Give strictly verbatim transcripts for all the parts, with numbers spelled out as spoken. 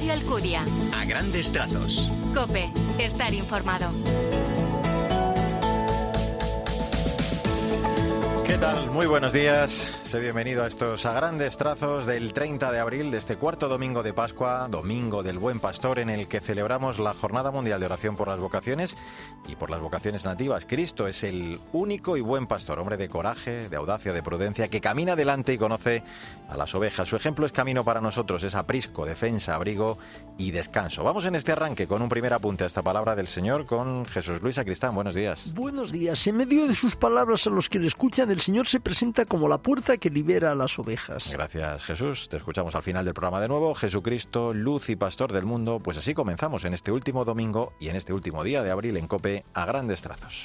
Mario Alcudia. A grandes trazos. COPE. Estar informado. ¿Qué tal? Muy buenos días. Sé bienvenido a estos A Grandes Trazos del treinta de abril, de este cuarto domingo de Pascua, domingo del Buen Pastor, en el que celebramos la Jornada Mundial de Oración por las Vocaciones y por las vocaciones nativas. Cristo es el único y buen pastor, hombre de coraje, de audacia, de prudencia, que camina adelante y conoce a las ovejas. Su ejemplo es camino para nosotros, es aprisco, defensa, abrigo y descanso. Vamos en este arranque con un primer apunte a esta palabra del Señor con Jesús Luis Sacristán. Buenos días. Buenos días. En medio de sus palabras a los que le escuchan, el Señor se presenta como la puerta que libera a las ovejas. Gracias, Jesús. Te escuchamos al final del programa de nuevo. Jesucristo, luz y pastor del mundo. Pues así comenzamos en este último domingo y en este último día de abril en COPE a grandes trazos.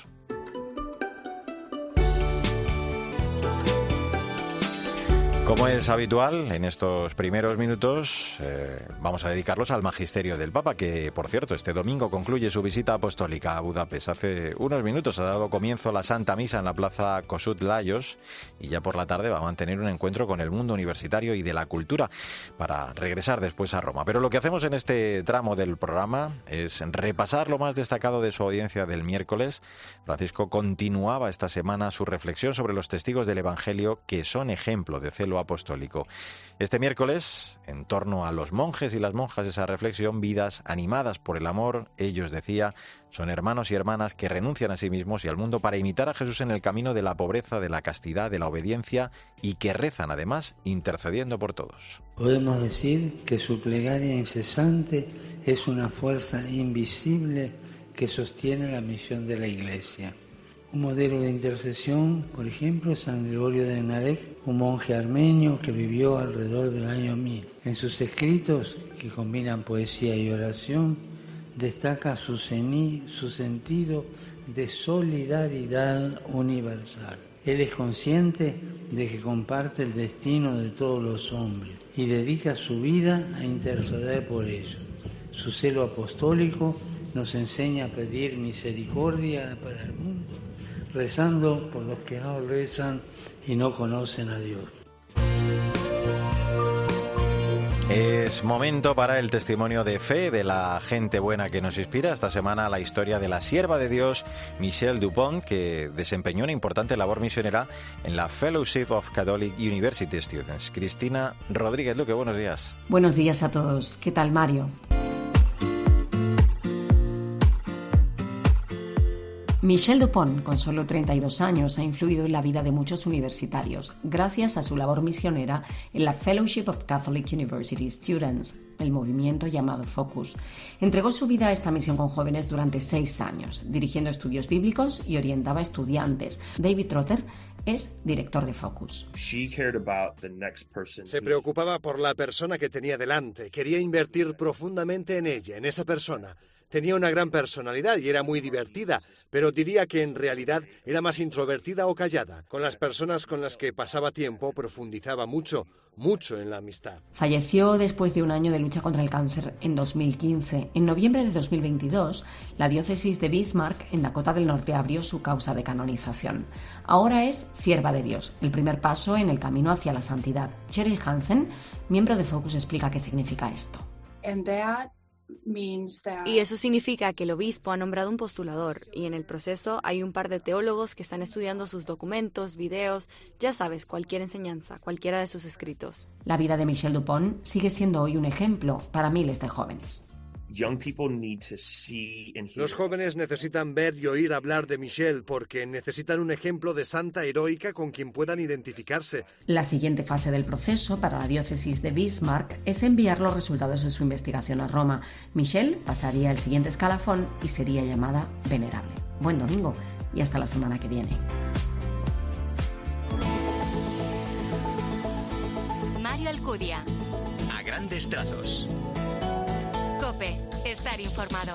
Como es habitual, en estos primeros minutos eh, vamos a dedicarlos al magisterio del Papa, que, por cierto, este domingo concluye su visita apostólica a Budapest. Hace unos minutos ha dado comienzo la Santa Misa en la plaza Kossuth Lajos y ya por la tarde va a mantener un encuentro con el mundo universitario y de la cultura para regresar después a Roma. Pero lo que hacemos en este tramo del programa es repasar lo más destacado de su audiencia del miércoles. Francisco continuaba esta semana su reflexión sobre los testigos del Evangelio que son ejemplo de celo apostólico. Este miércoles, en torno a los monjes y las monjas, esa reflexión, vidas animadas por el amor, ellos, decía, son hermanos y hermanas que renuncian a sí mismos y al mundo para imitar a Jesús en el camino de la pobreza, de la castidad, de la obediencia, y que rezan además intercediendo por todos. Podemos decir que su plegaria incesante es una fuerza invisible que sostiene la misión de la Iglesia. Un modelo de intercesión, por ejemplo, es San Gregorio de Narek, un monje armenio que vivió alrededor del año mil. En sus escritos, que combinan poesía y oración, destaca su, seni, su sentido de solidaridad universal. Él es consciente de que comparte el destino de todos los hombres y dedica su vida a interceder por ellos. Su celo apostólico nos enseña a pedir misericordia para el mundo, rezando por los que no rezan y no conocen a Dios. Es momento para el testimonio de fe de la gente buena que nos inspira. Esta semana la historia de la sierva de Dios, Michelle Dupont, que desempeñó una importante labor misionera en la Fellowship of Catholic University Students. Cristina Rodríguez Luque, buenos días. Buenos días a todos. ¿Qué tal, Mario? Michelle Dupont, con solo treinta y dos años, ha influido en la vida de muchos universitarios, gracias a su labor misionera en la Fellowship of Catholic University Students, el movimiento llamado Focus. Entregó su vida a esta misión con jóvenes durante seis años, dirigiendo estudios bíblicos y orientaba a estudiantes. David Trotter es director de Focus. Se preocupaba por la persona que tenía delante, quería invertir profundamente en ella, en esa persona. Tenía una gran personalidad y era muy divertida, pero diría que en realidad era más introvertida o callada. Con las personas con las que pasaba tiempo profundizaba mucho, mucho en la amistad. Falleció después de un año de lucha contra el cáncer en dos mil quince. En noviembre de dos mil veintidós, la diócesis de Bismarck, en Dakota del Norte, abrió su causa de canonización. Ahora es sierva de Dios, el primer paso en el camino hacia la santidad. Cheryl Hansen, miembro de Focus, explica qué significa esto. And that Y eso significa que el obispo ha nombrado un postulador y en el proceso hay un par de teólogos que están estudiando sus documentos, videos, ya sabes, cualquier enseñanza, cualquiera de sus escritos. La vida de Michelle Dupont sigue siendo hoy un ejemplo para miles de jóvenes. Los jóvenes necesitan ver y oír hablar de Michelle porque necesitan un ejemplo de santa heroica con quien puedan identificarse. La siguiente fase del proceso para la diócesis de Bismarck es enviar los resultados de su investigación a Roma. Michelle pasaría el siguiente escalafón y sería llamada venerable. Buen domingo y hasta la semana que viene. Mario Alcudia. A grandes trazos. COPE. Estar informado.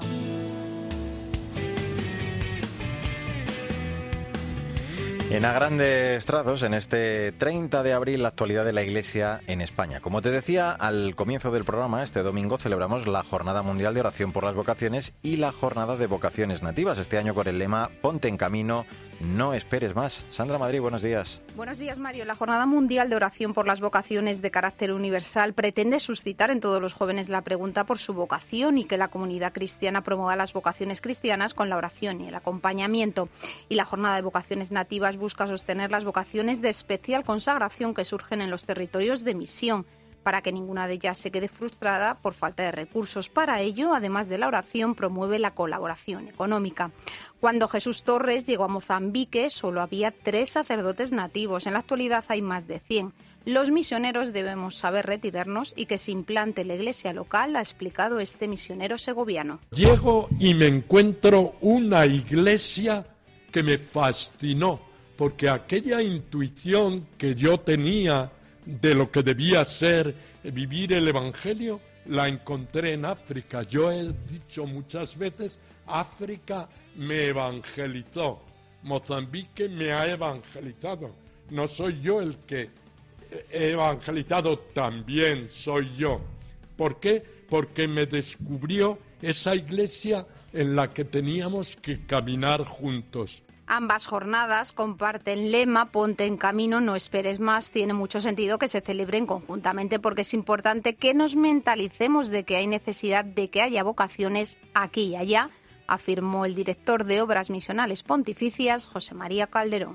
En A Grandes Trazos, en este treinta de abril, la actualidad de la Iglesia en España. Como te decía al comienzo del programa, este domingo celebramos la Jornada Mundial de Oración por las Vocaciones y la Jornada de Vocaciones Nativas, este año con el lema Ponte en Camino, No esperes más. Sandra Madrid, buenos días. Buenos días, Mario. La Jornada Mundial de Oración por las Vocaciones de carácter universal pretende suscitar en todos los jóvenes la pregunta por su vocación y que la comunidad cristiana promueva las vocaciones cristianas con la oración y el acompañamiento. Y la Jornada de Vocaciones Nativas busca sostener las vocaciones de especial consagración que surgen en los territorios de misión, para que ninguna de ellas se quede frustrada por falta de recursos. Para ello, además de la oración, promueve la colaboración económica. Cuando Jesús Torres llegó a Mozambique, solo había tres sacerdotes nativos. En la actualidad hay más de cien. Los misioneros debemos saber retirarnos y que se implante la iglesia local, ha explicado este misionero segoviano. Llego y me encuentro una iglesia que me fascinó, porque aquella intuición que yo tenía de lo que debía ser vivir el Evangelio, la encontré en África. Yo he dicho muchas veces, África me evangelizó, Mozambique me ha evangelizado. No soy yo el que he evangelizado, también soy yo. ¿Por qué? Porque me descubrió esa iglesia en la que teníamos que caminar juntos. Ambas jornadas comparten lema Ponte en camino, no esperes más. Tiene mucho sentido que se celebren conjuntamente porque es importante que nos mentalicemos de que hay necesidad de que haya vocaciones aquí y allá, afirmó el director de Obras Misionales Pontificias, José María Calderón.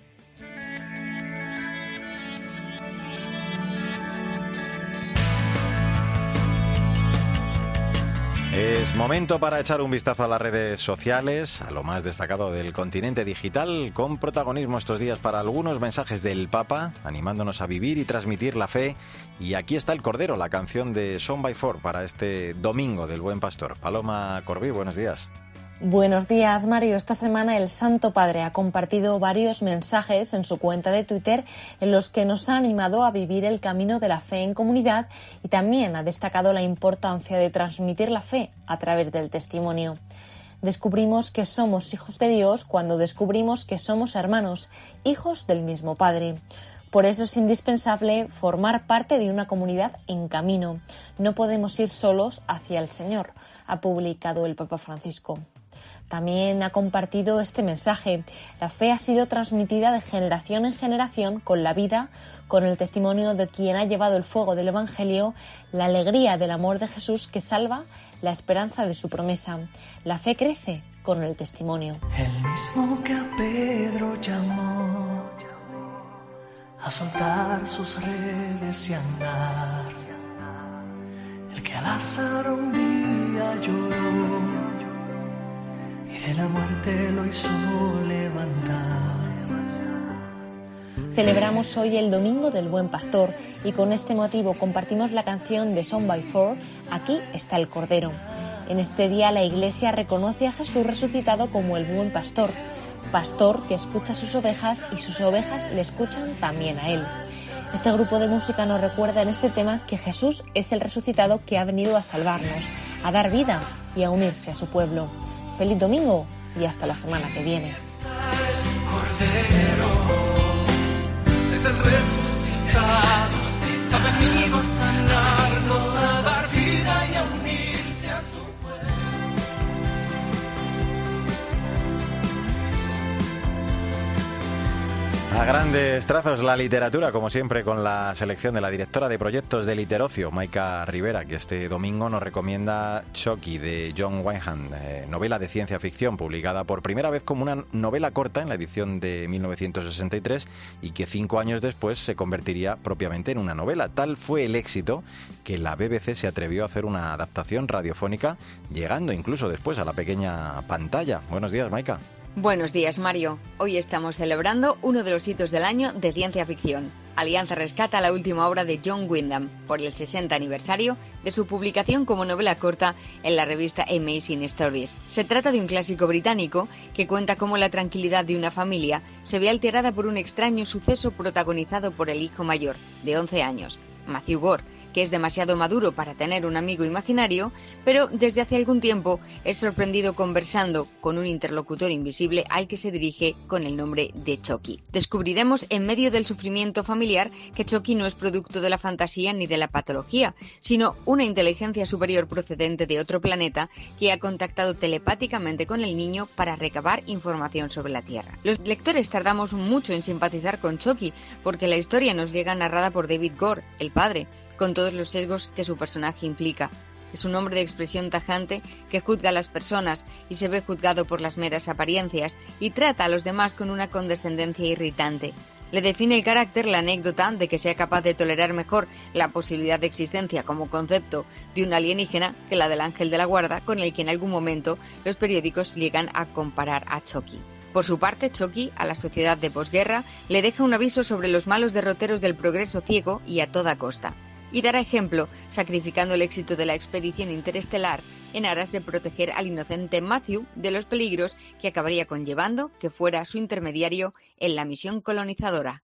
Es momento para echar un vistazo a las redes sociales, a lo más destacado del continente digital, con protagonismo estos días para algunos mensajes del Papa, animándonos a vivir y transmitir la fe. Y aquí está El Cordero, la canción de Son by Four para este domingo del Buen Pastor. Paloma Corbí, buenos días. Buenos días, Mario. Esta semana el Santo Padre ha compartido varios mensajes en su cuenta de Twitter en los que nos ha animado a vivir el camino de la fe en comunidad y también ha destacado la importancia de transmitir la fe a través del testimonio. Descubrimos que somos hijos de Dios cuando descubrimos que somos hermanos, hijos del mismo Padre. Por eso es indispensable formar parte de una comunidad en camino. No podemos ir solos hacia el Señor, ha publicado el Papa Francisco. También ha compartido este mensaje. La fe ha sido transmitida de generación en generación con la vida, con el testimonio de quien ha llevado el fuego del Evangelio, la alegría del amor de Jesús que salva, la esperanza de su promesa. La fe crece con el testimonio. El mismo que a Pedro llamó a soltar sus redes y andar, el que a Lázaro un día lloró y de la muerte lo hizo levantar. Celebramos hoy el Domingo del Buen Pastor y con este motivo compartimos la canción de Son by Four, Aquí está el Cordero. En este día la Iglesia reconoce a Jesús resucitado como el Buen Pastor, pastor que escucha a sus ovejas y sus ovejas le escuchan también a él. Este grupo de música nos recuerda en este tema que Jesús es el resucitado que ha venido a salvarnos, a dar vida y a unirse a su pueblo. Feliz domingo y hasta la semana que viene. Cordero es el resucitado, ha venido a sanarnos, a dar vida y a unirse a su A grandes trazos la literatura, como siempre, con la selección de la directora de proyectos de Literocio, Maika Rivera, que este domingo nos recomienda Chucky, de John Wyndham, eh, novela de ciencia ficción publicada por primera vez como una novela corta en la edición de mil novecientos sesenta y tres y que cinco años después se convertiría propiamente en una novela. Tal fue el éxito que la B B C se atrevió a hacer una adaptación radiofónica, llegando incluso después a la pequeña pantalla. Buenos días, Maika. Buenos días, Mario. Hoy estamos celebrando uno de los hitos del año de ciencia ficción. Alianza rescata la última obra de John Wyndham por el sesenta aniversario de su publicación como novela corta en la revista Amazing Stories. Se trata de un clásico británico que cuenta cómo la tranquilidad de una familia se ve alterada por un extraño suceso protagonizado por el hijo mayor, de once años, Matthew Gore, que que es demasiado maduro para tener un amigo imaginario, pero desde hace algún tiempo es sorprendido conversando con un interlocutor invisible al que se dirige con el nombre de Chucky. Descubriremos en medio del sufrimiento familiar que Chucky no es producto de la fantasía ni de la patología, sino una inteligencia superior procedente de otro planeta que ha contactado telepáticamente con el niño para recabar información sobre la Tierra. Los lectores tardamos mucho en simpatizar con Chucky porque la historia nos llega narrada por David Gore, el padre, con todos los sesgos que su personaje implica. Es un hombre de expresión tajante que juzga a las personas y se ve juzgado por las meras apariencias y trata a los demás con una condescendencia irritante. Le define el carácter la anécdota de que sea capaz de tolerar mejor la posibilidad de existencia como concepto de un alienígena que la del ángel de la guarda, con el que en algún momento los periódicos llegan a comparar a Chucky. Por su parte, Chucky, a la sociedad de posguerra, le deja un aviso sobre los malos derroteros del progreso ciego y a toda costa. Y dará ejemplo, sacrificando el éxito de la expedición interestelar en aras de proteger al inocente Matthew de los peligros que acabaría conllevando que fuera su intermediario en la misión colonizadora.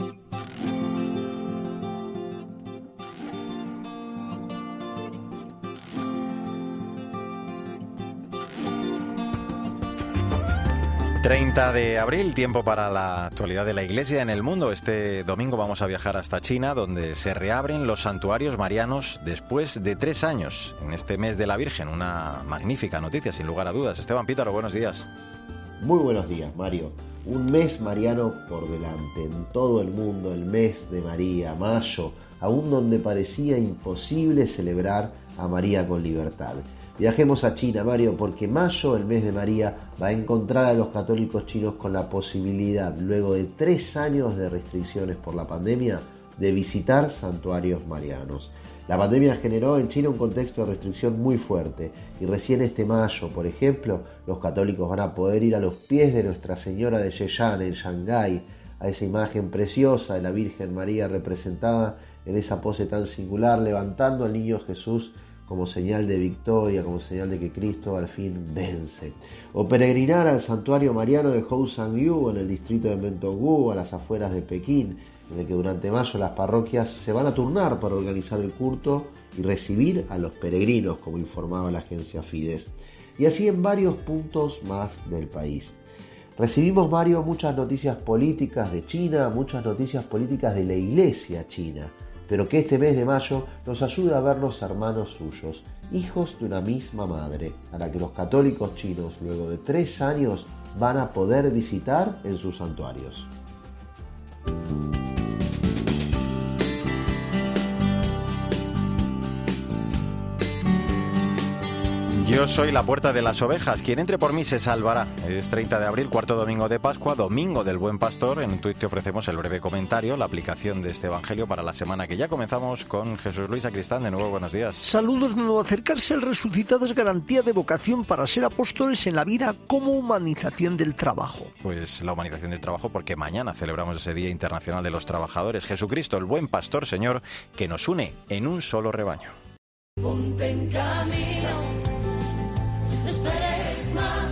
treinta de abril, tiempo para la actualidad de la Iglesia en el mundo. Este domingo vamos a viajar hasta China, donde se reabren los santuarios marianos después de tres años, en este mes de la Virgen. Una magnífica noticia, sin lugar a dudas. Esteban Pítaro, buenos días. Muy buenos días, Mario. Un mes mariano por delante, en todo el mundo, el mes de María, mayo, aún donde parecía imposible celebrar a María con libertad. Viajemos a China, Mario, porque mayo, el mes de María, va a encontrar a los católicos chinos con la posibilidad, luego de tres años de restricciones por la pandemia, de visitar santuarios marianos. La pandemia generó en China un contexto de restricción muy fuerte y recién este mayo, por ejemplo, los católicos van a poder ir a los pies de Nuestra Señora de Zhejiang en Shanghái, a esa imagen preciosa de la Virgen María representada en esa pose tan singular, levantando al niño Jesús como señal de victoria, como señal de que Cristo al fin vence. O peregrinar al santuario mariano de Housangyu en el distrito de Mentongú, a las afueras de Pekín, en el que durante mayo las parroquias se van a turnar para organizar el culto y recibir a los peregrinos, como informaba la agencia Fides. Y así en varios puntos más del país. Recibimos, Mario, muchas noticias políticas de China, muchas noticias políticas de la Iglesia china, pero que este mes de mayo nos ayude a vernos hermanos suyos, hijos de una misma madre, a la que los católicos chinos, luego de tres años, van a poder visitar en sus santuarios. Yo soy la puerta de las ovejas, quien entre por mí se salvará. Es treinta de abril, cuarto domingo de Pascua, domingo del Buen Pastor. En un tuit te ofrecemos el breve comentario, la aplicación de este evangelio para la semana que ya comenzamos con Jesús Luis Sacristán. De nuevo, buenos días. Saludos de nuevo. Acercarse al resucitado es garantía de vocación para ser apóstoles en la vida como humanización del trabajo. Pues la humanización del trabajo, porque mañana celebramos ese Día Internacional de los Trabajadores. Jesucristo, el Buen Pastor, Señor, que nos une en un solo rebaño. Ponte en camino. No esperes más,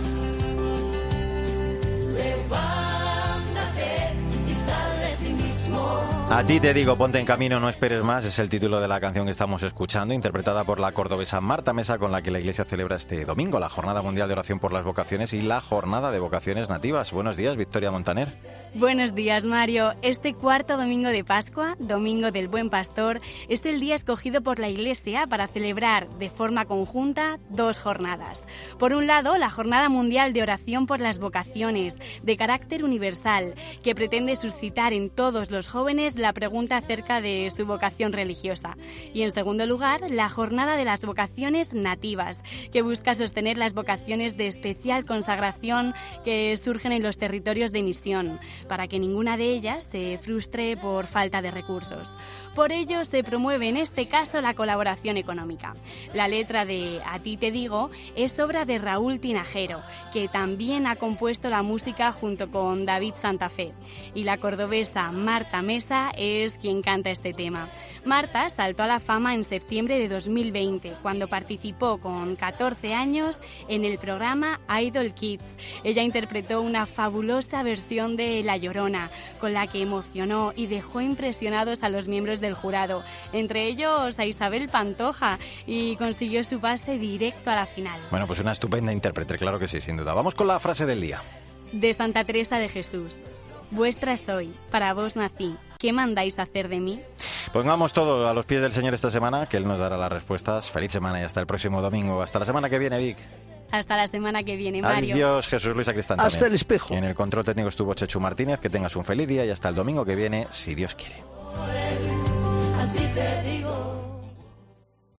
levántate y sal de ti mismo. A ti te digo, ponte en camino, no esperes más, es el título de la canción que estamos escuchando, interpretada por la cordobesa Marta Mesa, con la que la Iglesia celebra este domingo la Jornada Mundial de Oración por las Vocaciones y la Jornada de Vocaciones Nativas. Buenos días, Victoria Montaner. Buenos días, Mario. Este cuarto domingo de Pascua, domingo del Buen Pastor, es el día escogido por la Iglesia para celebrar de forma conjunta dos jornadas. Por un lado, la Jornada Mundial de Oración por las Vocaciones, de carácter universal, que pretende suscitar en todos los jóvenes la pregunta acerca de su vocación religiosa. Y en segundo lugar, la Jornada de las Vocaciones Nativas, que busca sostener las vocaciones de especial consagración que surgen en los territorios de misión, para que ninguna de ellas se frustre por falta de recursos. Por ello, se promueve en este caso la colaboración económica. La letra de A ti te digo es obra de Raúl Tinajero, que también ha compuesto la música junto con David Santa Fe. Y la cordobesa Marta Mesa es quien canta este tema. Marta saltó a la fama en septiembre de dos mil veinte, cuando participó con catorce años en el programa Idol Kids. Ella interpretó una fabulosa versión de La Llorona, con la que emocionó y dejó impresionados a los miembros del jurado, entre ellos a Isabel Pantoja, y consiguió su pase directo a la final. Bueno, pues una estupenda intérprete, claro que sí, sin duda. Vamos con la frase del día. De Santa Teresa de Jesús. Vuestra soy, para vos nací. ¿Qué mandáis hacer de mí? Pongamos todo a los pies del Señor esta semana, que Él nos dará las respuestas. Feliz semana y hasta el próximo domingo. Hasta la semana que viene, Vic. Hasta la semana que viene, Mario. Adiós, Jesús Luis Sacristán. Hasta también. El espejo. En el control técnico estuvo Chechu Martínez. Que tengas un feliz día y hasta el domingo que viene, si Dios quiere. A ti te digo.